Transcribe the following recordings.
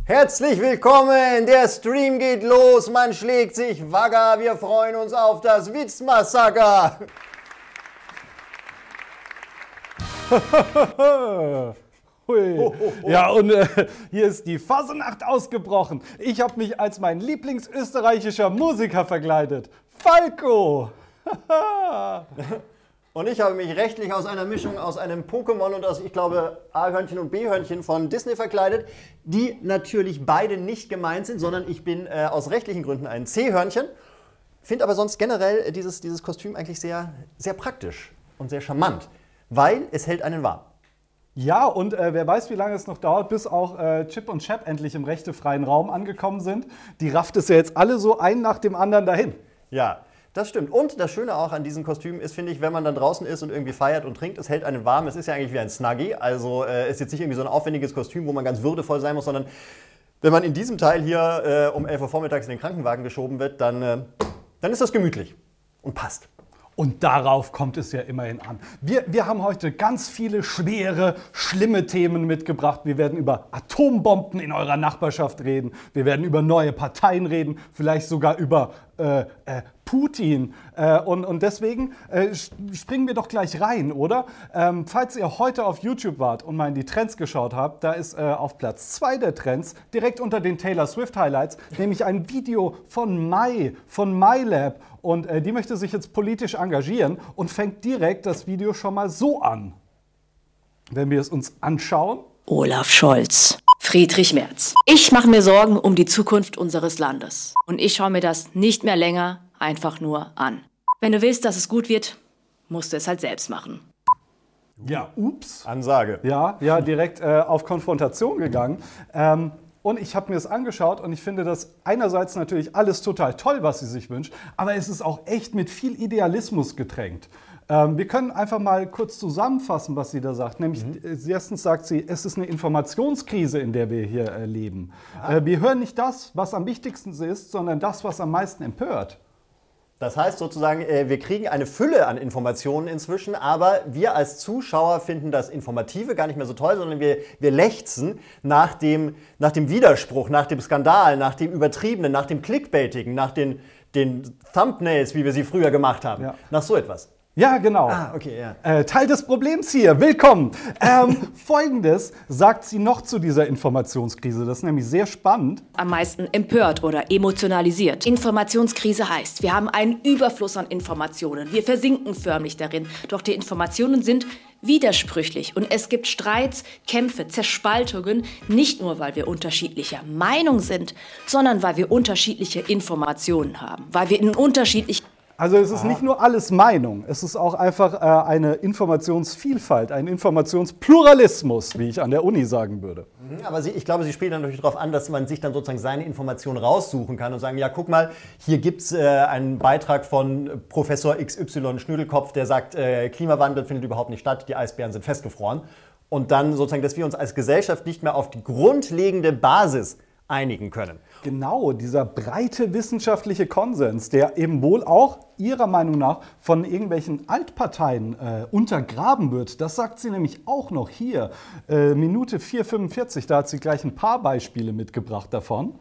Herzlich willkommen, der Stream geht los, man schlägt sich Wagger, wir freuen uns auf das Witzmassaker. Hui. Ja, und hier ist die Fasnacht ausgebrochen. Ich habe mich als mein lieblingsösterreichischer Musiker verkleidet. Falco! Und ich habe mich rechtlich aus einer Mischung aus einem Pokémon und aus, ich glaube, A-Hörnchen und B-Hörnchen von Disney verkleidet, die natürlich beide nicht gemeint sind, sondern ich bin aus rechtlichen Gründen ein C-Hörnchen. Finde aber sonst generell dieses Kostüm eigentlich sehr, sehr praktisch und sehr charmant, weil es hält einen warm. Ja, und wer weiß, wie lange es noch dauert, bis auch Chip und Chap endlich im rechtefreien Raum angekommen sind. Die rafft es ja jetzt alle so ein nach dem anderen dahin. Ja, das stimmt. Und das Schöne auch an diesen Kostümen ist, finde ich, wenn man dann draußen ist und irgendwie feiert und trinkt, es hält einen warm. Es ist ja eigentlich wie ein Snuggie. Also ist jetzt nicht irgendwie so ein aufwendiges Kostüm, wo man ganz würdevoll sein muss, sondern wenn man in diesem Teil hier um 11 Uhr vormittags in den Krankenwagen geschoben wird, dann ist das gemütlich und passt. Und darauf kommt es ja immerhin an. Wir haben heute ganz viele schwere, schlimme Themen mitgebracht. Wir werden über Atombomben in eurer Nachbarschaft reden. Wir werden über neue Parteien reden, vielleicht sogar über Putin. Und deswegen springen wir doch gleich rein, oder? Falls ihr heute auf YouTube wart und mal in die Trends geschaut habt, da ist auf Platz 2 der Trends, direkt unter den Taylor Swift Highlights, nämlich ein Video von Mai, von MyLab. Und die möchte sich jetzt politisch engagieren und fängt direkt das Video schon mal so an. Wenn wir es uns anschauen. Olaf Scholz. Friedrich Merz. Ich mache mir Sorgen um die Zukunft unseres Landes. Und ich schaue mir das nicht mehr länger einfach nur an. Wenn du willst, dass es gut wird, musst du es halt selbst machen. Ja, ups. Ansage. Ja, direkt auf Konfrontation gegangen. Und ich habe mir das angeschaut und ich finde das einerseits natürlich alles total toll, was sie sich wünscht, aber es ist auch echt mit viel Idealismus getränkt. Wir können einfach mal kurz zusammenfassen, was sie da sagt. Nämlich, erstens sagt sie, es ist eine Informationskrise, in der wir hier leben. Wir hören nicht das, was am wichtigsten ist, sondern das, was am meisten empört. Das heißt sozusagen, wir kriegen eine Fülle an Informationen inzwischen, aber wir als Zuschauer finden das Informative gar nicht mehr so toll, sondern wir lechzen nach dem Widerspruch, nach dem Skandal, nach dem Übertriebenen, nach dem Clickbaitigen, nach den Thumbnails, wie wir sie früher gemacht haben. Ja. Nach so etwas. Ja, genau. Okay, ja. Teil des Problems hier. Willkommen. Folgendes sagt sie noch zu dieser Informationskrise. Das ist nämlich sehr spannend. Am meisten empört oder emotionalisiert. Informationskrise heißt, wir haben einen Überfluss an Informationen. Wir versinken förmlich darin. Doch die Informationen sind widersprüchlich. Und es gibt Streits, Kämpfe, Zerspaltungen. Nicht nur, weil wir unterschiedlicher Meinung sind, sondern weil wir unterschiedliche Informationen haben. Weil wir in unterschiedlichen... Also es ist nicht nur alles Meinung, es ist auch einfach eine Informationsvielfalt, ein Informationspluralismus, wie ich an der Uni sagen würde. Aber ich glaube, sie spielt dann natürlich darauf an, dass man sich dann sozusagen seine Informationen raussuchen kann und sagen, ja, guck mal, hier gibt es einen Beitrag von Professor XY Schnödelkopf, der sagt, Klimawandel findet überhaupt nicht statt, die Eisbären sind festgefroren. Und dann sozusagen, dass wir uns als Gesellschaft nicht mehr auf die grundlegende Basis einigen können. Genau, dieser breite wissenschaftliche Konsens, der eben wohl auch ihrer Meinung nach von irgendwelchen Altparteien untergraben wird. Das sagt sie nämlich auch noch hier. Minute 4:45, da hat sie gleich ein paar Beispiele mitgebracht davon.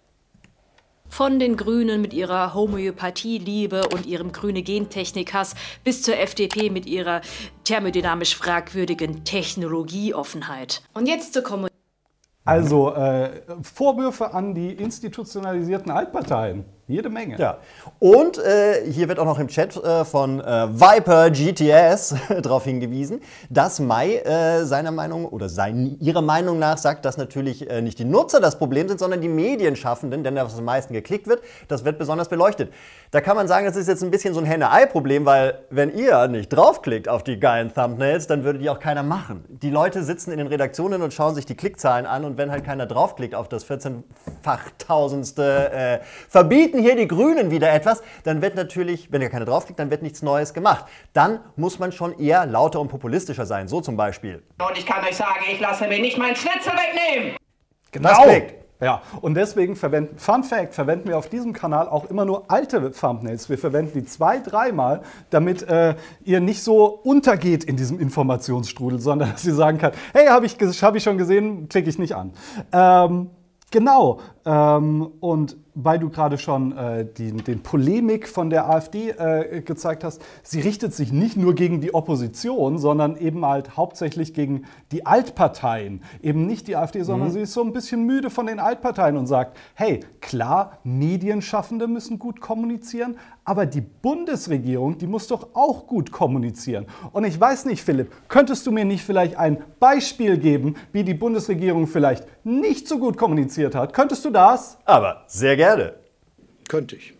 Von den Grünen mit ihrer Homöopathie-Liebe und ihrem grüne Gentechnik-Hass bis zur FDP mit ihrer thermodynamisch fragwürdigen Technologieoffenheit. Und jetzt zur Kommunikation. Also Vorwürfe an die institutionalisierten Altparteien. Jede Menge. Ja. Und hier wird auch noch im Chat von Viper GTS darauf hingewiesen, dass Mai seiner Meinung oder ihrer Meinung nach sagt, dass natürlich nicht die Nutzer das Problem sind, sondern die Medienschaffenden, denn was am meisten geklickt wird, das wird besonders beleuchtet. Da kann man sagen, das ist jetzt ein bisschen so ein Henne-Ei-Problem, weil wenn ihr nicht draufklickt auf die geilen Thumbnails, dann würde die auch keiner machen. Die Leute sitzen in den Redaktionen und schauen sich die Klickzahlen an und wenn halt keiner draufklickt auf das 14-fach-tausendste verbieten hier die Grünen wieder etwas, dann wird natürlich, wenn ihr keine draufklickt, dann wird nichts Neues gemacht. Dann muss man schon eher lauter und populistischer sein, so zum Beispiel. Und ich kann euch sagen, ich lasse mir nicht meinen Schnitzel wegnehmen. Genau. Ja, und deswegen Fun Fact, verwenden wir auf diesem Kanal auch immer nur alte Thumbnails. Wir verwenden die 2-3 Mal, damit ihr nicht so untergeht in diesem Informationsstrudel, sondern dass ihr sagen könnt, hey, hab ich schon gesehen, klicke ich nicht an. Genau. Und weil du gerade schon den Polemik von der AfD gezeigt hast, sie richtet sich nicht nur gegen die Opposition, sondern eben halt hauptsächlich gegen die Altparteien. Eben nicht die AfD, sondern sie ist so ein bisschen müde von den Altparteien und sagt, hey, klar, Medienschaffende müssen gut kommunizieren, aber die Bundesregierung, die muss doch auch gut kommunizieren. Und ich weiß nicht, Philipp, könntest du mir nicht vielleicht ein Beispiel geben, wie die Bundesregierung vielleicht nicht so gut kommuniziert hat? Könntest du das? Aber sehr gerne. Könnte ich.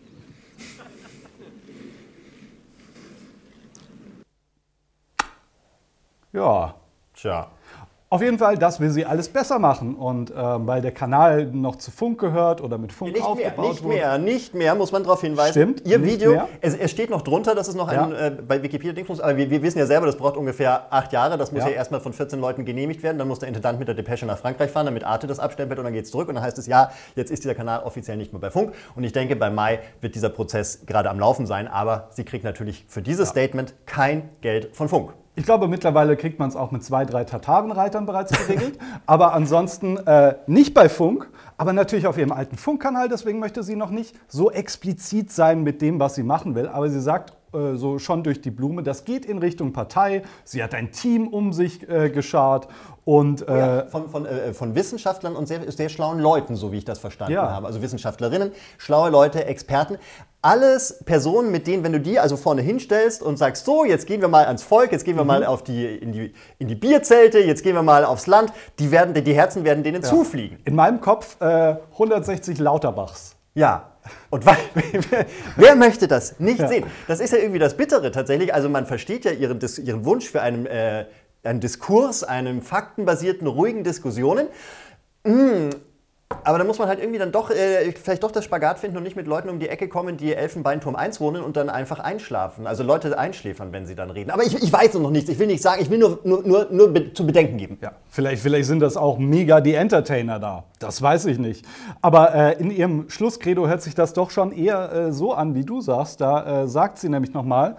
Ja. Tja. Auf jeden Fall, das will sie alles besser machen. Und weil der Kanal noch zu Funk gehört oder mit Funk aufgebaut wurde. Nicht mehr, muss man darauf hinweisen. Stimmt, Ihr nicht Video, mehr. es steht noch drunter, das ist noch Ja. bei Wikipedia Dings, aber wir wissen ja selber, das braucht ungefähr 8 Jahre. Das muss Ja. ja erstmal von 14 Leuten genehmigt werden. Dann muss der Intendant mit der Depesche nach Frankreich fahren, damit Arte das abstempelt und dann geht es zurück. Und dann heißt es, ja, jetzt ist dieser Kanal offiziell nicht mehr bei Funk. Und ich denke, bei Mai wird dieser Prozess gerade am Laufen sein. Aber sie kriegt natürlich für dieses Statement kein Geld von Funk. Ich glaube, mittlerweile kriegt man es auch mit 2, 3 Tatarenreitern bereits geregelt. Aber ansonsten nicht bei Funk, aber natürlich auf ihrem alten Funkkanal. Deswegen möchte sie noch nicht so explizit sein mit dem, was sie machen will. Aber sie sagt so schon durch die Blume, das geht in Richtung Partei. Sie hat ein Team um sich geschart. Und, Von Wissenschaftlern und sehr, sehr schlauen Leuten, so wie ich das verstanden Ja. habe. Also Wissenschaftlerinnen, schlaue Leute, Experten. Alles Personen, mit denen, wenn du die also vorne hinstellst und sagst, so, jetzt gehen wir mal ans Volk, jetzt gehen wir mal in die Bierzelte, jetzt gehen wir mal aufs Land, die Herzen werden denen zufliegen. in meinem Kopf 160 Lauterbachs. Ja. Und wer möchte das nicht sehen? Das ist ja irgendwie das Bittere tatsächlich. Also man versteht ja ihren Wunsch für einen Diskurs, einen faktenbasierten, ruhigen Diskussionen. Aber da muss man halt irgendwie dann doch vielleicht doch das Spagat finden und nicht mit Leuten um die Ecke kommen, die Elfenbeinturm 1 wohnen und dann einfach einschlafen. Also Leute einschläfern, wenn sie dann reden. Aber ich weiß noch nichts. Ich will nicht sagen, ich will nur zu bedenken geben. Ja, vielleicht sind das auch mega die Entertainer da. Das weiß ich nicht. Aber in ihrem Schlusskredo hört sich das doch schon eher so an, wie du sagst. Da sagt sie nämlich nochmal: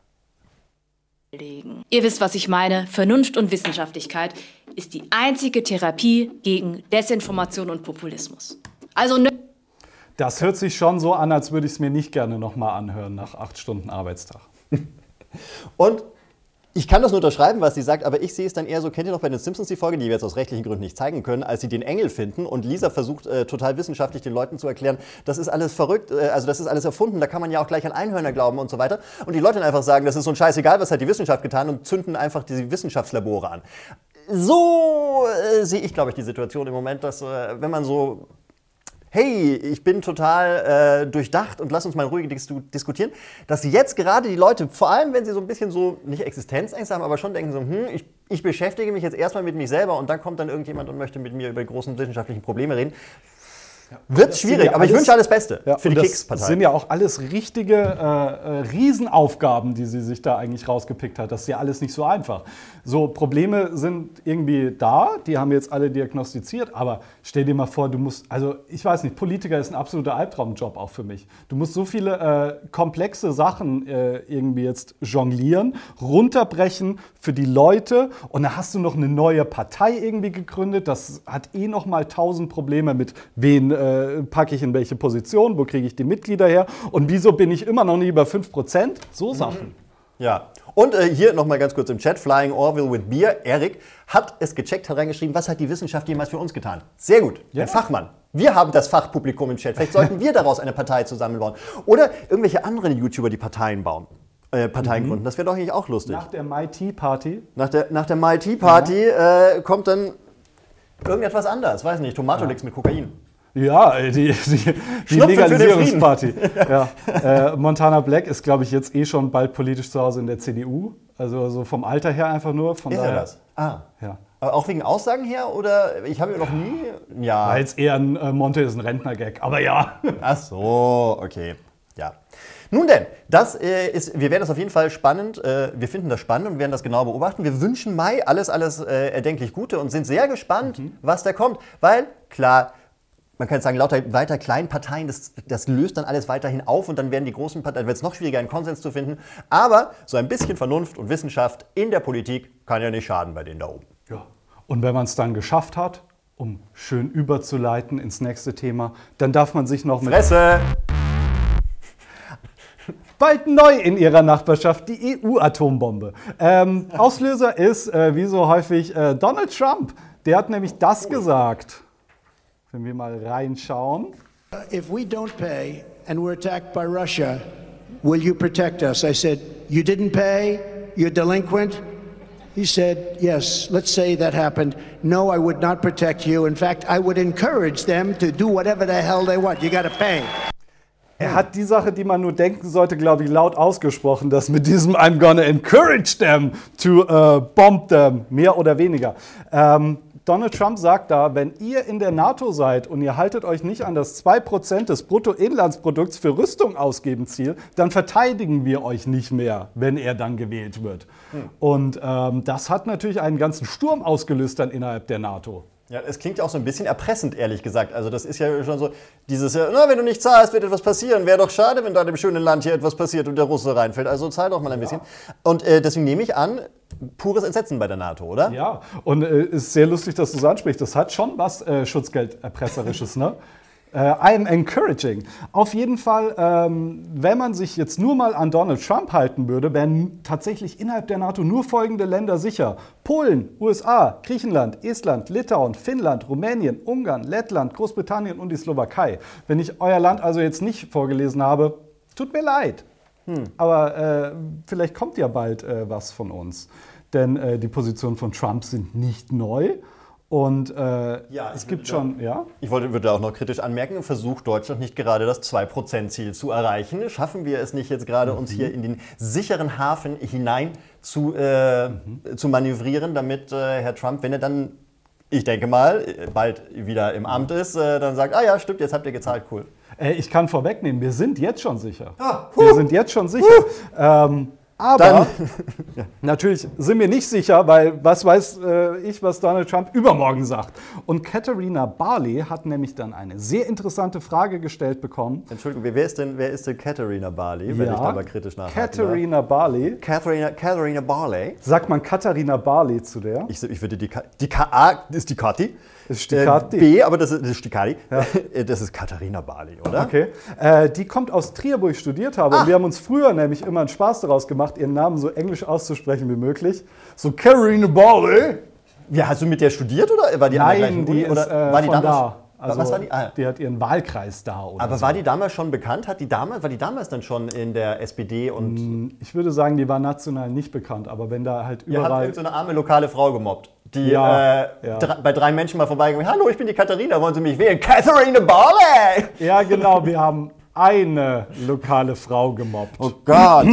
Ihr wisst, was ich meine. Vernunft und Wissenschaftlichkeit ist die einzige Therapie gegen Desinformation und Populismus. Also Das hört sich schon so an, als würde ich es mir nicht gerne nochmal anhören nach 8 Stunden Arbeitstag. Und ich kann das nur unterschreiben, was sie sagt, aber ich sehe es dann eher so, kennt ihr noch bei den Simpsons die Folge, die wir jetzt aus rechtlichen Gründen nicht zeigen können, als sie den Engel finden und Lisa versucht total wissenschaftlich den Leuten zu erklären, das ist alles verrückt, also das ist alles erfunden, da kann man ja auch gleich an Einhörner glauben und so weiter. Und die Leute dann einfach sagen, das ist so ein Scheißegal, was hat die Wissenschaft getan und zünden einfach diese Wissenschaftslabore an. So sehe ich, glaube ich, die Situation im Moment, dass wenn man so... Hey, ich bin total durchdacht und lass uns mal ruhig diskutieren, dass jetzt gerade die Leute, vor allem wenn sie so ein bisschen so, nicht Existenzängste haben, aber schon denken so, ich beschäftige mich jetzt erstmal mit mich selber und dann kommt dann irgendjemand und möchte mit mir über die großen wissenschaftlichen Probleme reden. Wird schwierig, aber ich wünsche alles Beste für die Keks-Partei. Das sind ja auch alles richtige Riesenaufgaben, die sie sich da eigentlich rausgepickt hat. Das ist ja alles nicht so einfach. So, Probleme sind irgendwie da, die haben jetzt alle diagnostiziert, aber stell dir mal vor, du musst, also ich weiß nicht, Politiker ist ein absoluter Albtraumjob auch für mich. Du musst so viele komplexe Sachen irgendwie jetzt jonglieren, runterbrechen für die Leute und dann hast du noch eine neue Partei irgendwie gegründet, das hat noch mal 1000 Probleme mit wen packe ich in welche Position, wo kriege ich die Mitglieder her und wieso bin ich immer noch nicht über 5%? So Sachen. Ja, und hier nochmal ganz kurz im Chat, Flying Orville with Beer, Erik hat es gecheckt, hat reingeschrieben, was hat die Wissenschaft jemals für uns getan? Sehr gut, ein Fachmann. Wir haben das Fachpublikum im Chat, vielleicht sollten wir daraus eine Partei zusammenbauen. Oder irgendwelche anderen YouTuber, die Parteien bauen. Parteien gründen, das wäre doch eigentlich auch lustig. Nach der MyT-Party? Nach der MyT-Party kommt dann irgendetwas anderes, weiß nicht, Tomatolix mit Kokain. Ja, die Legalisierungsparty. Ja. Montana Black ist, glaube ich, jetzt schon bald politisch zu Hause in der CDU. Also so vom Alter her einfach nur. Von ist daher, er das? Ah. Ja. Aber auch wegen Aussagen her? Oder ich habe ihn noch nie... Ja. War jetzt eher ein Monte ist ein Rentner-Gag, aber ja. Ach so, okay. Ja. Nun denn, wir werden das auf jeden Fall spannend, wir finden das spannend und werden das genau beobachten. Wir wünschen Mai alles erdenklich Gute und sind sehr gespannt, was da kommt. Weil, klar, man kann jetzt sagen, lauter weiter Kleinparteien, das löst dann alles weiterhin auf und dann werden die großen Parteien, wird es noch schwieriger, einen Konsens zu finden. Aber so ein bisschen Vernunft und Wissenschaft in der Politik kann ja nicht schaden bei denen da oben. Ja. Und wenn man es dann geschafft hat, um schön überzuleiten ins nächste Thema, dann darf man sich noch mit... Fresse! Bald neu in ihrer Nachbarschaft, die EU-Atombombe. Auslöser ist, wie so häufig, Donald Trump. Der hat nämlich das gesagt. Wenn wir mal reinschauen. If we don't pay and we're attacked by Russia, will you protect us? I said, you didn't pay, you're delinquent. He said, yes, let's say that happened. No, I would not protect you. In fact, I would encourage them to do whatever the hell they want. You got to pay. Er hat die Sache, die man nur denken sollte, glaube ich, laut ausgesprochen, dass mit diesem I'm gonna encourage them to bomb them, mehr oder weniger. Donald Trump sagt da, wenn ihr in der NATO seid und ihr haltet euch nicht an das 2% des Bruttoinlandsprodukts für Rüstung ausgeben Ziel, dann verteidigen wir euch nicht mehr, wenn er dann gewählt wird. Und das hat natürlich einen ganzen Sturm ausgelöst dann innerhalb der NATO. Ja, es klingt ja auch so ein bisschen erpressend, ehrlich gesagt. Also das ist ja schon so dieses, na, wenn du nicht zahlst, wird etwas passieren. Wäre doch schade, wenn da in dem schönen Land hier etwas passiert und der Russe reinfällt. Also zahl doch mal ein bisschen. Und deswegen nehme ich an, pures Entsetzen bei der NATO, oder? Ja, und ist sehr lustig, dass du es ansprichst. Das hat schon was Schutzgelderpresserisches, ne? I'm encouraging. Auf jeden Fall, wenn man sich jetzt nur mal an Donald Trump halten würde, wären tatsächlich innerhalb der NATO nur folgende Länder sicher. Polen, USA, Griechenland, Estland, Litauen, Finnland, Rumänien, Ungarn, Lettland, Großbritannien und die Slowakei. Wenn ich euer Land also jetzt nicht vorgelesen habe, tut mir leid. Aber vielleicht kommt ja bald was von uns. Denn die Positionen von Trump sind nicht neu. Und es gibt schon, ja? Ich würde auch noch kritisch anmerken, versucht Deutschland nicht gerade das 2%-Ziel zu erreichen? Schaffen wir es nicht jetzt gerade, uns hier in den sicheren Hafen hinein zu manövrieren, damit Herr Trump, wenn er dann, ich denke mal, bald wieder im Amt ist, dann sagt, ah ja, stimmt, jetzt habt ihr gezahlt, cool. Ich kann vorwegnehmen, wir sind jetzt schon sicher. Wir sind jetzt schon sicher. Aber natürlich sind wir nicht sicher, weil was weiß ich, was Donald Trump übermorgen sagt. Und Katharina Barley hat nämlich dann eine sehr interessante Frage gestellt bekommen. Entschuldigung, wer ist denn Katharina Barley, wenn ich da mal kritisch nachhaken Katharina Barley. Katharina Barley. Sagt man Katharina Barley zu der? Ich würde die K.A. ist die Kathi. Das ist die Kathi. B, aber das ist die Kati. Ja. Das ist Katharina Barley, oder? Okay. Die kommt aus Trier, wo ich studiert habe. Und wir haben uns früher nämlich immer einen Spaß daraus gemacht, ihren Namen so englisch auszusprechen wie möglich. So Katharina Barley. Ja, hast du mit der studiert oder war die an der gleichen Uni? Oder war die von damals? da. Also was war die? Die hat ihren Wahlkreis da. Oder aber so. war die damals schon bekannt? War die damals dann schon in der SPD? Und ich würde sagen, die war national nicht bekannt. Aber wenn da halt ihr überall... habt irgendeine arme lokale Frau gemobbt, die bei 3 Menschen mal vorbeigegangen, hallo, ich bin die Katharina, wollen Sie mich wählen? Katharina Barley! Ja, genau, wir haben eine lokale Frau gemobbt. Oh Gott!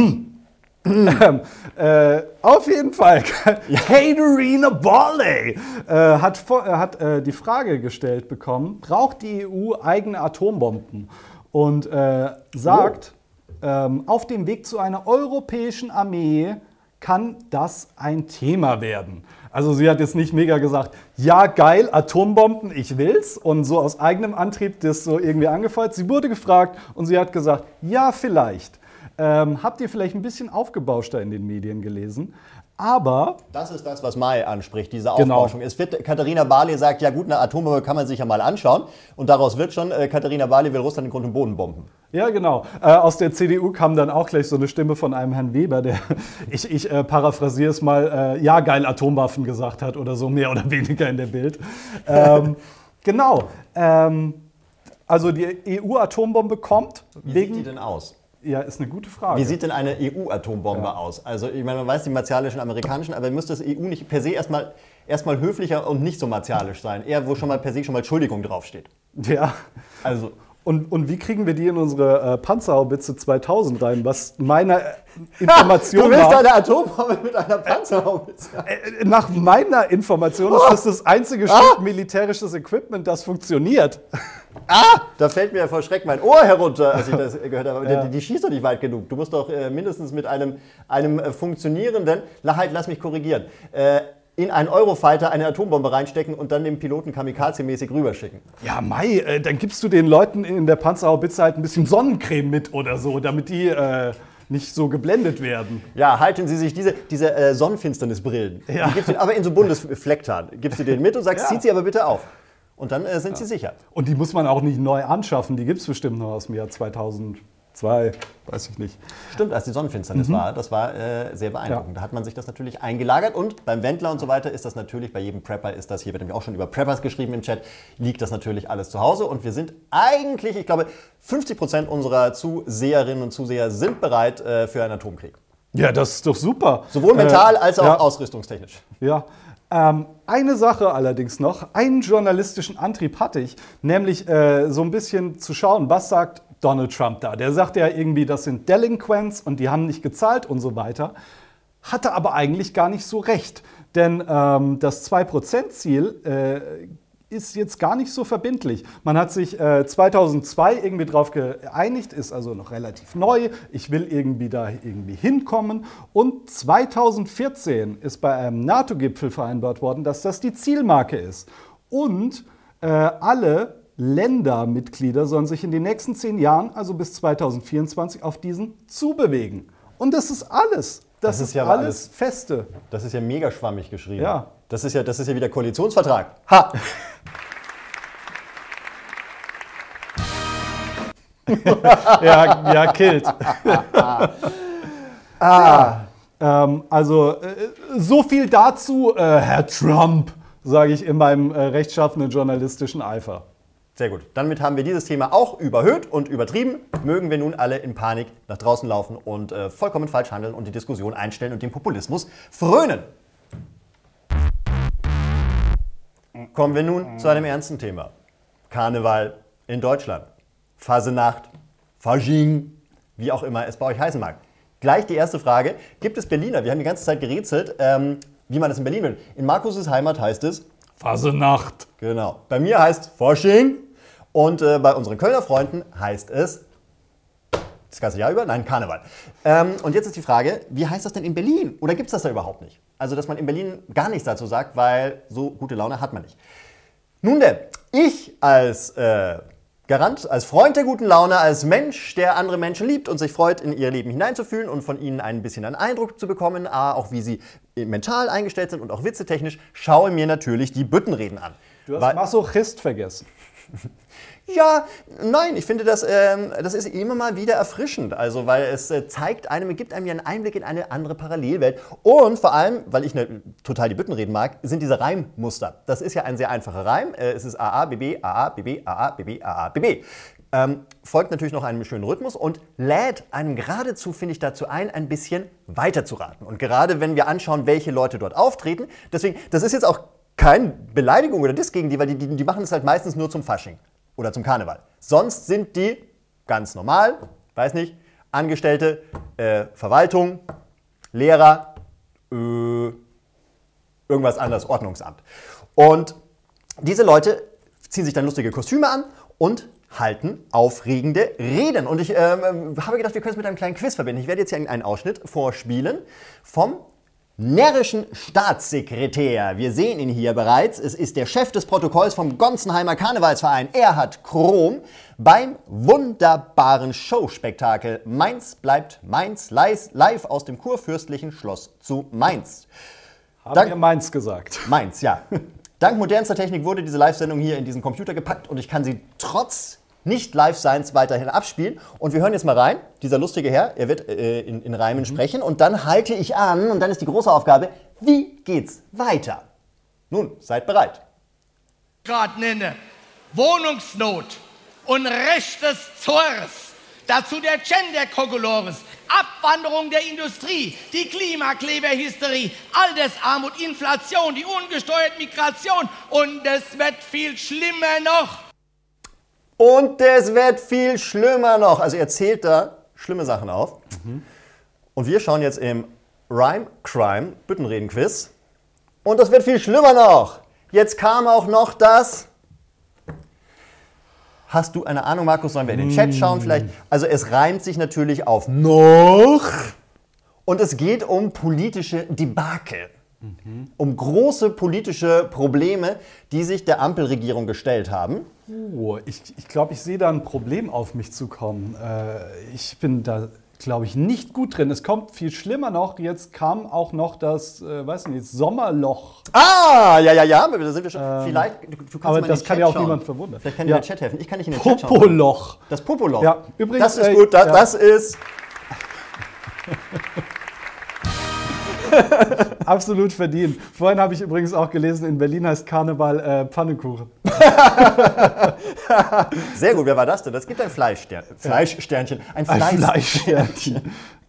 Auf jeden Fall, Katharina Barley hat die Frage gestellt bekommen, braucht die EU eigene Atombomben? Und sagt, auf dem Weg zu einer europäischen Armee kann das ein Thema werden. Also sie hat jetzt nicht mega gesagt, ja geil, Atombomben, ich will's. Und so aus eigenem Antrieb das so irgendwie angefeuert. Sie wurde gefragt und sie hat gesagt, ja vielleicht. Habt ihr vielleicht ein bisschen aufgebauschter in den Medien gelesen? Aber... Das ist das, was Mai anspricht, diese Aufbauschung. Genau. Es wird, Katharina Barley sagt, ja gut, eine Atombombe kann man sich ja mal anschauen. Und daraus wird schon, Katharina Barley will Russland in Grund und Boden bomben. Ja, genau. Aus der CDU kam dann auch gleich so eine Stimme von einem Herrn Weber, der, ich paraphrasiere es mal, ja geil, Atomwaffen gesagt hat oder so, mehr oder weniger in der Bild. Genau. Also die EU-Atombombe kommt. Wie sieht die denn aus? Ja, ist eine gute Frage. Wie sieht denn eine EU-Atombombe aus? Also ich meine, man weiß die martialischen, amerikanischen, aber müsste das EU nicht per se erstmal höflicher und nicht so martialisch sein? Eher, wo schon mal per se schon mal Entschuldigung draufsteht. Ja. Also. Und wie kriegen wir die in unsere Panzerhaubitze 2000 rein? Was meiner Information Du willst eine Atombombe mit einer Panzerhaubitze? Nach meiner Information ist das einzige Stück militärisches Equipment, das funktioniert. Da fällt mir vor Schreck mein Ohr herunter, als ich das gehört habe. Ja. Die schießt doch nicht weit genug. Du musst doch mindestens mit einem funktionierenden, lass mich korrigieren, in einen Eurofighter eine Atombombe reinstecken und dann den Piloten kamikaze-mäßig rüberschicken. Ja, Mai, dann gibst du den Leuten in der Panzerhaubitze halt ein bisschen Sonnencreme mit oder so, damit die nicht so geblendet werden. Ja, halten Sie sich diese Sonnenfinsternisbrillen. Ja. Die gibt's aber in so Bundesflecktarn. Gibst du denen mit und sagst, zieht sie aber bitte auf. und dann sind sie sicher. Und die muss man auch nicht neu anschaffen, die gibt es bestimmt noch aus dem Jahr 2002, weiß ich nicht. Stimmt, als die Sonnenfinsternis war, das war sehr beeindruckend. Da hat man sich das natürlich eingelagert und beim Wendler und so weiter ist das natürlich, bei jedem Prepper ist das, hier wird nämlich auch schon über Preppers geschrieben im Chat, liegt das natürlich alles zu Hause und wir sind eigentlich, ich glaube, 50% unserer Zuseherinnen und Zuseher sind bereit für einen Atomkrieg. Ja, das ist doch super. Sowohl mental als auch ausrüstungstechnisch. Ja. Eine Sache allerdings noch, einen journalistischen Antrieb hatte ich, nämlich so ein bisschen zu schauen, was sagt Donald Trump da. Der sagt ja irgendwie, das sind Delinquents und die haben nicht gezahlt und so weiter. Hatte aber eigentlich gar nicht so recht, denn das 2%-Ziel ist jetzt gar nicht so verbindlich. Man hat sich 2002 irgendwie drauf geeinigt, ist also noch relativ neu. Ich will da hinkommen. Und 2014 ist bei einem NATO-Gipfel vereinbart worden, dass das die Zielmarke ist. Und alle Ländermitglieder sollen sich in den nächsten 10 Jahren, also bis 2024, auf diesen zubewegen. Und das ist alles. Das ist ja alles Feste. Das ist ja mega schwammig geschrieben. Ja. Das ist ja wieder Koalitionsvertrag. Ha! ja, killt. So viel dazu, Herr Trump, sage ich in meinem rechtschaffenen journalistischen Eifer. Sehr gut. Damit haben wir dieses Thema auch überhöht und übertrieben. Mögen wir nun alle in Panik nach draußen laufen und vollkommen falsch handeln und die Diskussion einstellen und dem Populismus frönen. Kommen wir nun zu einem ernsten Thema. Karneval in Deutschland. Fasenacht, Fasching, wie auch immer es bei euch heißen mag. Gleich die erste Frage. Gibt es Berliner? Wir haben die ganze Zeit gerätselt, wie man es in Berlin will. In Markus' Heimat heißt es Fasenacht. Genau. Bei mir heißt Fasching und bei unseren Kölner Freunden heißt es das ganze Jahr über? Nein, Karneval. Und jetzt ist die Frage, wie heißt das denn in Berlin? Oder gibt es das da überhaupt nicht? Also, dass man in Berlin gar nichts dazu sagt, weil so gute Laune hat man nicht. Nun denn, ich als Garant, als Freund der guten Laune, als Mensch, der andere Menschen liebt und sich freut, in ihr Leben hineinzufühlen und von ihnen ein bisschen einen Eindruck zu bekommen, auch wie sie mental eingestellt sind und auch witzetechnisch, schaue mir natürlich die Büttenreden an. Du hast Masochist vergessen. Ja, nein, ich finde, das ist immer mal wieder erfrischend, also weil es gibt einem ja einen Einblick in eine andere Parallelwelt und vor allem, weil ich total die Büttenreden mag, sind diese Reimmuster. Das ist ja ein sehr einfacher Reim, es ist AA, BB, AA, BB, AA, BB, AA, BB. Folgt natürlich noch einem schönen Rhythmus und lädt einem geradezu, finde ich, dazu ein bisschen weiterzuraten. Und gerade wenn wir anschauen, welche Leute dort auftreten, deswegen, das ist jetzt auch keine Beleidigung oder Diss gegen die, weil die machen es halt meistens nur zum Fasching. Oder zum Karneval. Sonst sind die ganz normal, weiß nicht, Angestellte, Verwaltung, Lehrer, irgendwas anderes, Ordnungsamt. Und diese Leute ziehen sich dann lustige Kostüme an und halten aufregende Reden. Und ich habe gedacht, wir können es mit einem kleinen Quiz verbinden. Ich werde jetzt hier einen Ausschnitt vorspielen vom närrischen Staatssekretär. Wir sehen ihn hier bereits. Es ist der Chef des Protokolls vom Gonzenheimer Karnevalsverein, Erhard Krohm, beim wunderbaren Showspektakel Mainz bleibt Mainz live aus dem kurfürstlichen Schloss zu Mainz. Haben wir Mainz gesagt? Mainz, ja. Dank modernster Technik wurde diese Live-Sendung hier in diesen Computer gepackt und ich kann sie trotz Nicht-Live-Seins weiterhin abspielen. Und wir hören jetzt mal rein. Dieser lustige Herr, er wird in Reimen sprechen und dann halte ich an und dann ist die große Aufgabe, wie geht's weiter? Nun, seid bereit. Gerade nenne Wohnungsnot und rechtes Zores. Dazu der Gender-Kokolores, Abwanderung der Industrie, die Klimakleberhysterie, Altersarmut, Inflation, die ungesteuerte Migration und es wird viel schlimmer noch. Und es wird viel schlimmer noch. Also er zählt da schlimme Sachen auf. Und wir schauen jetzt im Rhyme-Crime Büttenreden-Quiz. Und das wird viel schlimmer noch. Jetzt kam auch noch das... Hast du eine Ahnung, Markus? Sollen wir in den Chat schauen vielleicht? Also es reimt sich natürlich auf noch. Und es geht um politische Debakel. Um große politische Probleme, die sich der Ampelregierung gestellt haben. Ich glaube, ich sehe da ein Problem auf mich zukommen. Ich bin da glaube ich, nicht gut drin. Es kommt viel schlimmer noch. Jetzt kam auch noch das, weiß nicht, Sommerloch. Ah, ja, da sind wir schon. Vielleicht, du kannst Aber mal in das den kann Chat ja auch schauen. niemand verwundern. Vielleicht kann dir der Chat helfen. Ich kann nicht in den Chat schauen. Popoloch. Das Popoloch. Ja, übrigens, das ist gut, das ist... Absolut verdient. Vorhin habe ich übrigens auch gelesen, in Berlin heißt Karneval Pfannkuchen. Sehr gut, wer war das denn? Das gibt ein Fleischsternchen. Ein Fleischsternchen.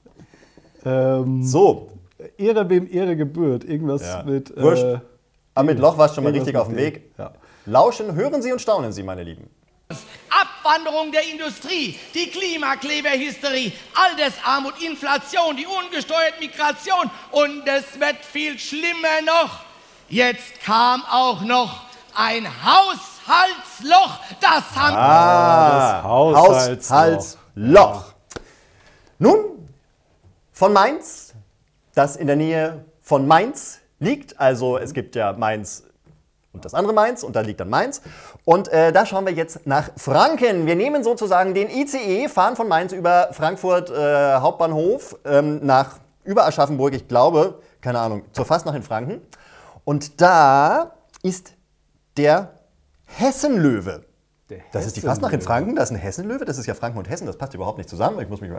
So. Ehre wem Ehre gebührt. Irgendwas mit... Wurscht. Aber mit Loch warst du schon mal irgendwas richtig auf dem mit Weg. Ja. Lauschen, hören Sie und staunen Sie, meine Lieben. Abwanderung der Industrie, die Klimakleberhysterie, Altersarmut, Inflation, die ungesteuerte Migration und es wird viel schlimmer noch. Jetzt kam auch noch ein Haushaltsloch. Das haben Das Haushaltsloch. Nun, von Mainz, das in der Nähe von Mainz liegt. Also es gibt ja Mainz und das andere Mainz und da liegt dann Mainz. Und da schauen wir jetzt nach Franken. Wir nehmen sozusagen den ICE, fahren von Mainz über Frankfurt Hauptbahnhof über Aschaffenburg, ich glaube, keine Ahnung, zur Fastnacht in Franken. Und da ist der Hessenlöwe. Das ist die Fastnacht in Franken, das ist ein Hessenlöwe, das ist ja Franken und Hessen, das passt überhaupt nicht zusammen. Ich muss mich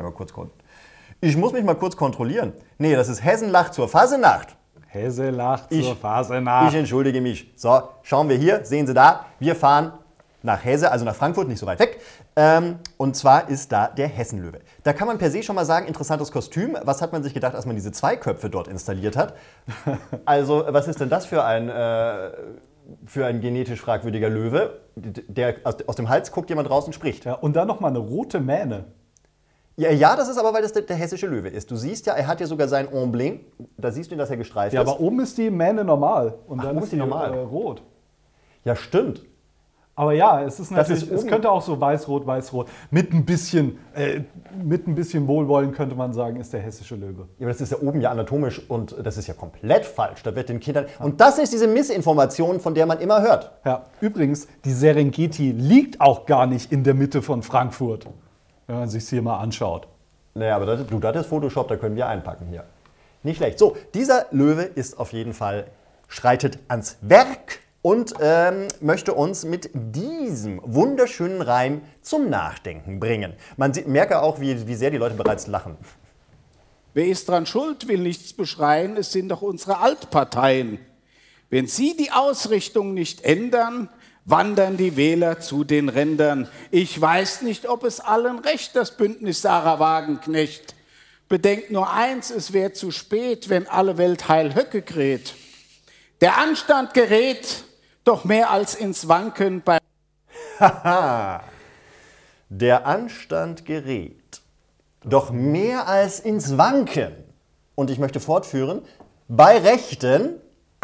mal kurz kontrollieren. Nee, das ist Hessenlacht zur Fasenacht. Hessenlacht zur Fasenacht. Ich entschuldige mich. So, schauen wir hier, sehen Sie da, wir fahren nach Hesse, also nach Frankfurt, nicht so weit weg. Und zwar ist da der Hessenlöwe. Da kann man per se schon mal sagen, interessantes Kostüm. Was hat man sich gedacht, als man diese zwei Köpfe dort installiert hat? Also, was ist denn das für ein genetisch fragwürdiger Löwe? Der aus dem Hals guckt, jemand draußen spricht. Ja, und dann noch mal eine rote Mähne. Ja, das ist aber, weil das der hessische Löwe ist. Du siehst ja, er hat ja sogar sein Emblem. Da siehst du ihn, dass er gestreift Ja, ist. aber oben ist die Mähne normal. Und dann oben ist die normal. Rot. Ja, stimmt. Aber ja, es ist natürlich, ist es oben. könnte auch so weiß-rot. Mit ein bisschen Wohlwollen könnte man sagen, ist der hessische Löwe. Ja, aber das ist ja oben ja anatomisch und das ist ja komplett falsch. Da wird den Kindern... Und das ist diese Missinformation, von der man immer hört. Ja, übrigens, die Serengeti liegt auch gar nicht in der Mitte von Frankfurt, wenn man sich es hier mal anschaut. Naja, aber das ist Photoshop, da können wir einpacken hier. Nicht schlecht. So, dieser Löwe ist auf jeden Fall, schreitet ans Werk und möchte uns mit diesem wunderschönen Reim zum Nachdenken bringen. Man merke auch, wie sehr die Leute bereits lachen. Wer ist dran schuld, will nichts beschreien, es sind doch unsere Altparteien. Wenn sie die Ausrichtung nicht ändern, wandern die Wähler zu den Rändern. Ich weiß nicht, ob es allen recht, das Bündnis Sarah Wagenknecht. Bedenkt nur eins, es wäre zu spät, wenn alle Welt heil Höcke kräht. Der Anstand gerät doch mehr als ins Wanken bei... Haha, der Anstand gerät, doch mehr als ins Wanken. Und ich möchte fortführen, bei Rechten...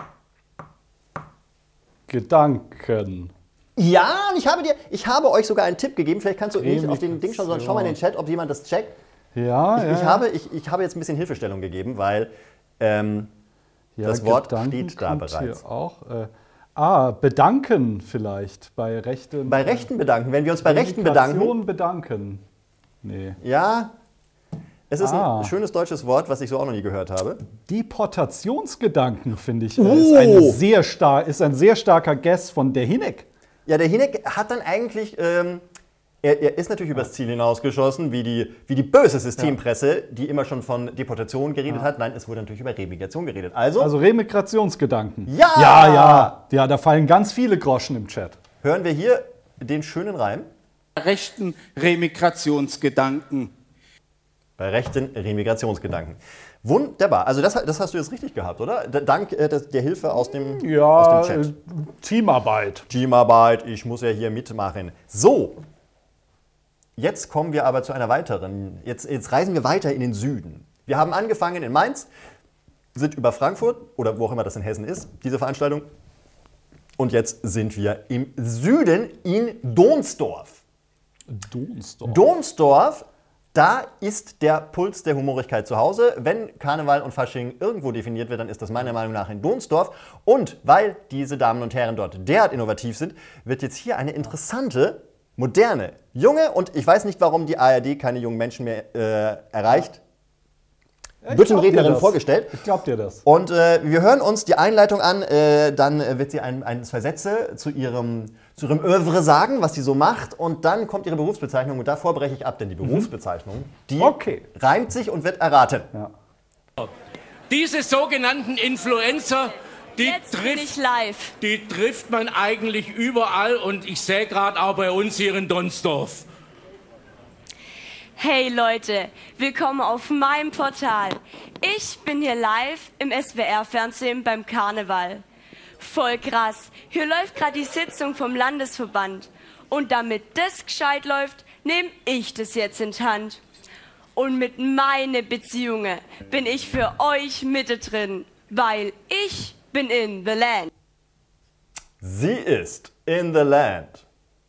Gedanken. Ja, ich habe euch sogar einen Tipp gegeben. Vielleicht kannst du nicht auf den Ding schauen, sondern schau mal in den Chat, ob jemand das checkt. Ich habe jetzt ein bisschen Hilfestellung gegeben, weil das Wort Gedanken steht da kommt bereits. Hier auch. Bedanken vielleicht bei Rechten. Bei Rechten bedanken, wenn wir uns bei Rechten bedanken. Bedanken. Nee. Ja, es ist ein schönes deutsches Wort, was ich so auch noch nie gehört habe. Deportationsgedanken, finde ich, ist ein sehr starker Guess von der Hineck. Ja, der Hineck hat dann eigentlich, er ist natürlich übers Ziel hinausgeschossen, wie die böse Systempresse, die immer schon von Deportation geredet hat. Nein, es wurde natürlich über Remigration geredet. Also Remigrationsgedanken. Ja! Ja, da fallen ganz viele Groschen im Chat. Hören wir hier den schönen Reim. Rechten Remigrationsgedanken. Bei rechten Remigrationsgedanken. Wunderbar. Also das hast du jetzt richtig gehabt, oder? Dank der Hilfe aus dem Chat. Teamarbeit. Teamarbeit, ich muss ja hier mitmachen. So, jetzt kommen wir aber zu einer weiteren. Jetzt reisen wir weiter in den Süden. Wir haben angefangen in Mainz, sind über Frankfurt oder wo auch immer das in Hessen ist, diese Veranstaltung. Und jetzt sind wir im Süden in Donsdorf. Donsdorf, da ist der Puls der Humorigkeit zu Hause. Wenn Karneval und Fasching irgendwo definiert wird, dann ist das meiner Meinung nach in Donsdorf. Und weil diese Damen und Herren dort derart innovativ sind, wird jetzt hier eine interessante moderne, junge und ich weiß nicht, warum die ARD keine jungen Menschen mehr erreicht. Ja, wird den Rednerin vorgestellt. Ich glaub dir das. Und wir hören uns die Einleitung an, dann wird sie zwei Sätze zu ihrem Œuvre sagen, was sie so macht und dann kommt ihre Berufsbezeichnung und davor breche ich ab, denn die Berufsbezeichnung, die reimt sich und wird erraten. Ja. Diese sogenannten Influencer, die trifft man eigentlich überall und ich sehe gerade auch bei uns hier in Donsdorf. Hey Leute, willkommen auf meinem Portal. Ich bin hier live im SWR-Fernsehen beim Karneval. Voll krass, hier läuft gerade die Sitzung vom Landesverband. Und damit das gescheit läuft, nehme ich das jetzt in die Hand. Und mit meinen Beziehungen bin ich für euch mittendrin, weil ich bin in the land. Sie ist in the land.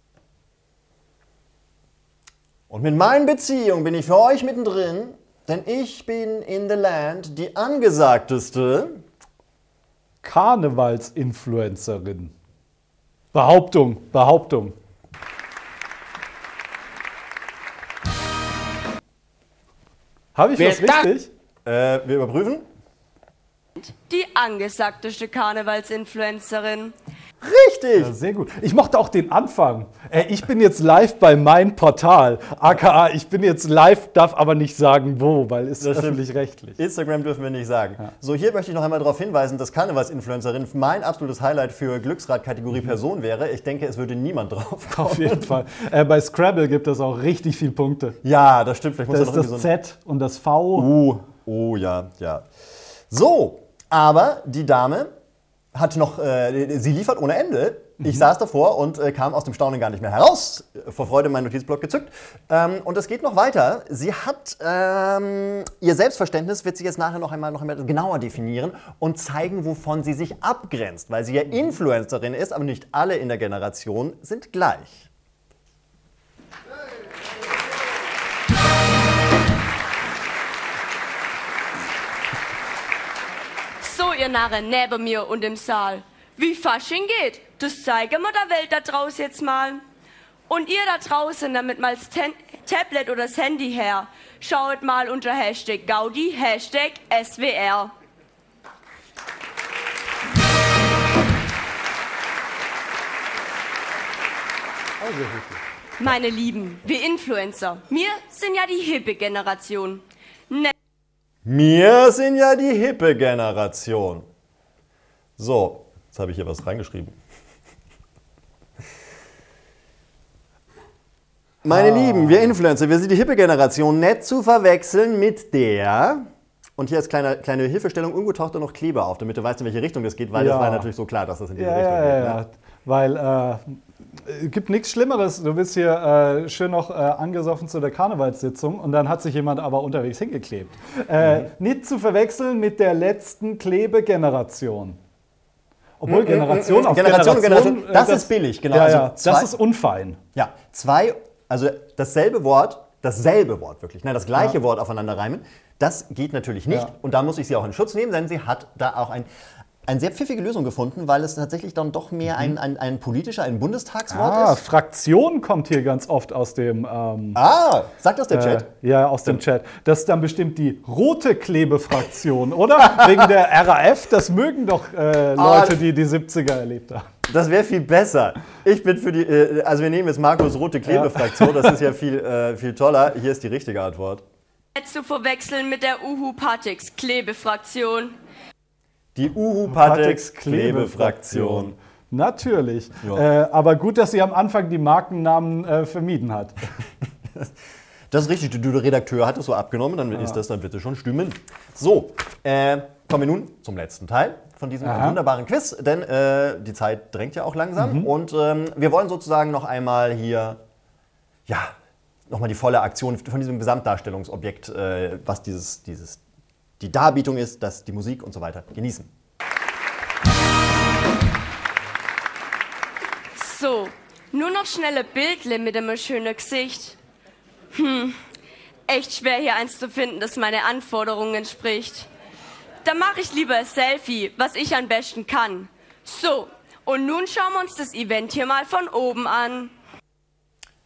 Und mit meinen Beziehungen bin ich für euch mittendrin, denn ich bin in the land die angesagteste Karnevalsinfluencerin. Behauptung. Habe ich was richtig? Wir überprüfen. Die angesagteste Karnevalsinfluencerin. Richtig! Ja, sehr gut. Ich mochte auch den Anfang. Ich bin jetzt live bei mein Portal. AKA, ich bin jetzt live, darf aber nicht sagen wo, weil es ist öffentlich-rechtlich. Instagram dürfen wir nicht sagen. Ja. So, hier möchte ich noch einmal darauf hinweisen, dass Karnevalsinfluencerin mein absolutes Highlight für Glücksrad-Kategorie Person wäre. Ich denke, es würde niemand drauf kommen. Auf jeden Fall. Bei Scrabble gibt es auch richtig viele Punkte. Ja, das stimmt. Vielleicht muss das ist das Z und das V. Oh ja. So, aber die Dame hat noch, sie liefert ohne Ende. Ich saß davor und kam aus dem Staunen gar nicht mehr heraus. Vor Freude meinen Notizblock gezückt. Und es geht noch weiter. Sie hat ihr Selbstverständnis, wird sie jetzt nachher noch einmal genauer definieren und zeigen, wovon sie sich abgrenzt. Weil sie ja Influencerin ist, aber nicht alle in der Generation sind gleich. So, ihr Narren, neben mir und im Saal. Wie Fasching geht, das zeigen wir der Welt da draußen jetzt mal. Und ihr da draußen, damit mal das Tablet oder das Handy her, schaut mal unter Hashtag Gaudi, Hashtag SWR. Meine Lieben, wir Influencer, wir sind ja die hippe Generation. Wir sind ja die hippe Generation. So, jetzt habe ich hier was reingeschrieben. Meine Lieben, wir Influencer, wir sind die hippe Generation, nicht zu verwechseln mit der... Und hier als kleine Hilfestellung, irgendwo taucht da noch Kleber auf, damit du weißt, in welche Richtung das geht, weil das war natürlich so klar, dass das in diese Richtung geht. Ja. Weil es gibt nichts Schlimmeres. Du bist hier schön noch angesoffen zu der Karnevalssitzung und dann hat sich jemand aber unterwegs hingeklebt. Nicht zu verwechseln mit der letzten Klebegeneration. Obwohl Generation auf Generation, das ist billig, genau. Ja, also das ist unfein. Ja, also dasselbe Wort wirklich, das gleiche Wort aufeinander reimen, das geht natürlich nicht. Ja. Und da muss ich sie auch in Schutz nehmen, denn sie hat da auch eine sehr pfiffige Lösung gefunden, weil es tatsächlich dann doch mehr ein politischer, ein Bundestagswort ist. Fraktion kommt hier ganz oft aus dem... sagt das der Chat? Ja, aus dem Chat. Das ist dann bestimmt die rote Klebefraktion, oder? Wegen der RAF, das mögen doch Leute, die die 70er erlebt haben. Das wäre viel besser. Ich bin für die, also wir nehmen jetzt Markus rote Klebefraktion, das ist ja viel toller. Hier ist die richtige Antwort. Nicht zu verwechseln mit der Uhu-Patix Klebefraktion. Die Uhu-Patix Klebefraktion. Natürlich. Ja. Aber gut, dass sie am Anfang die Markennamen vermieden hat. Das ist richtig. Der Redakteur hat es so abgenommen, dann ist das dann bitte schon stimmen. So, kommen wir nun zum letzten Teil von diesem wunderbaren Quiz, denn die Zeit drängt ja auch langsam. Und wir wollen sozusagen noch einmal hier, nochmal die volle Aktion von diesem Gesamtdarstellungsobjekt, was die Darbietung ist, die Musik und so weiter, genießen. So, nur noch schnelle Bildle mit einem schönen Gesicht. Echt schwer hier eins zu finden, das meine Anforderungen entspricht. Dann mache ich lieber ein Selfie, was ich am besten kann. So, und nun schauen wir uns das Event hier mal von oben an.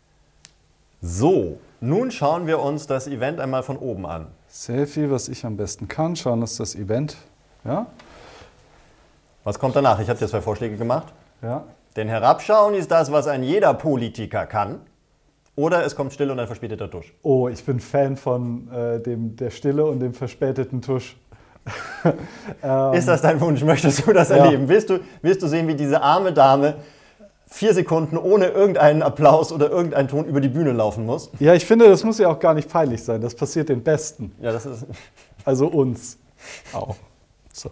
So, nun schauen wir uns das Event einmal von oben an. Selfie, was ich am besten kann. Schauen uns das Event. Ja? Was kommt danach? Ich habe dir 2 Vorschläge gemacht. Ja. Denn herabschauen ist das, was ein jeder Politiker kann. Oder es kommt Stille und ein verspäteter Tusch. Oh, ich bin Fan von der Stille und dem verspäteten Tusch. Ist das dein Wunsch? Möchtest du das erleben? Willst du sehen, wie diese arme Dame 4 Sekunden ohne irgendeinen Applaus oder irgendeinen Ton über die Bühne laufen muss? Ja, ich finde, das muss ja auch gar nicht peinlich sein. Das passiert den Besten. Ja, das ist... Also uns auch. Sorry.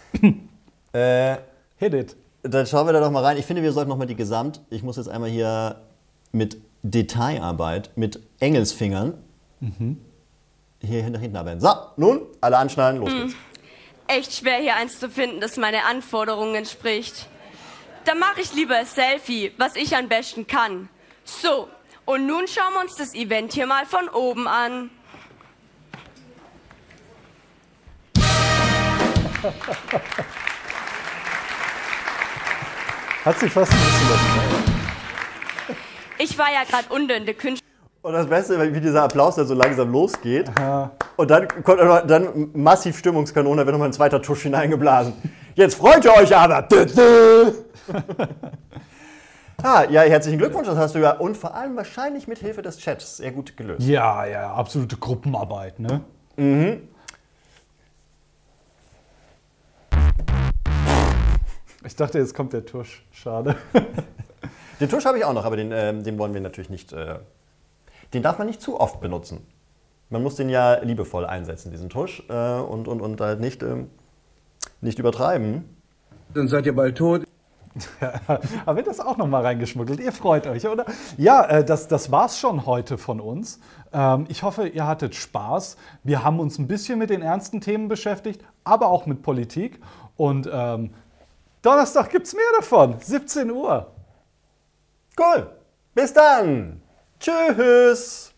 Hit it. Dann schauen wir da doch mal rein. Ich finde, wir sollten noch mal ich muss jetzt einmal hier mit Detailarbeit, mit Engelsfingern hier nach hinten arbeiten. So, nun, alle anschnallen, los geht's. Echt schwer, hier eins zu finden, das meine Anforderungen entspricht. Dann mache ich lieber ein Selfie, was ich am besten kann. So, und nun schauen wir uns das Event hier mal von oben an. Hat sie fast ein bisschen das. Ich war ja gerade unten in der Künstler. Und das Beste, wie dieser Applaus dann so langsam losgeht. Aha. Und dann kommt dann massiv Stimmungskanone, da wird nochmal ein zweiter Tusch hineingeblasen. Jetzt freut ihr euch aber! Ja, herzlichen Glückwunsch, das hast du ja und vor allem wahrscheinlich mit Hilfe des Chats sehr gut gelöst. Ja, absolute Gruppenarbeit, ne? Ich dachte, jetzt kommt der Tusch. Schade. Den Tusch habe ich auch noch, aber den wollen wir natürlich nicht... Den darf man nicht zu oft benutzen. Man muss den ja liebevoll einsetzen, diesen Tusch, und halt nicht übertreiben. Dann seid ihr bald tot. Aber wird das auch noch mal reingeschmuggelt? Ihr freut euch, oder? Ja, das war's schon heute von uns. Ich hoffe, ihr hattet Spaß. Wir haben uns ein bisschen mit den ernsten Themen beschäftigt, aber auch mit Politik. Und Donnerstag gibt's mehr davon, 17 Uhr. Cool. Bis dann. Tschüss.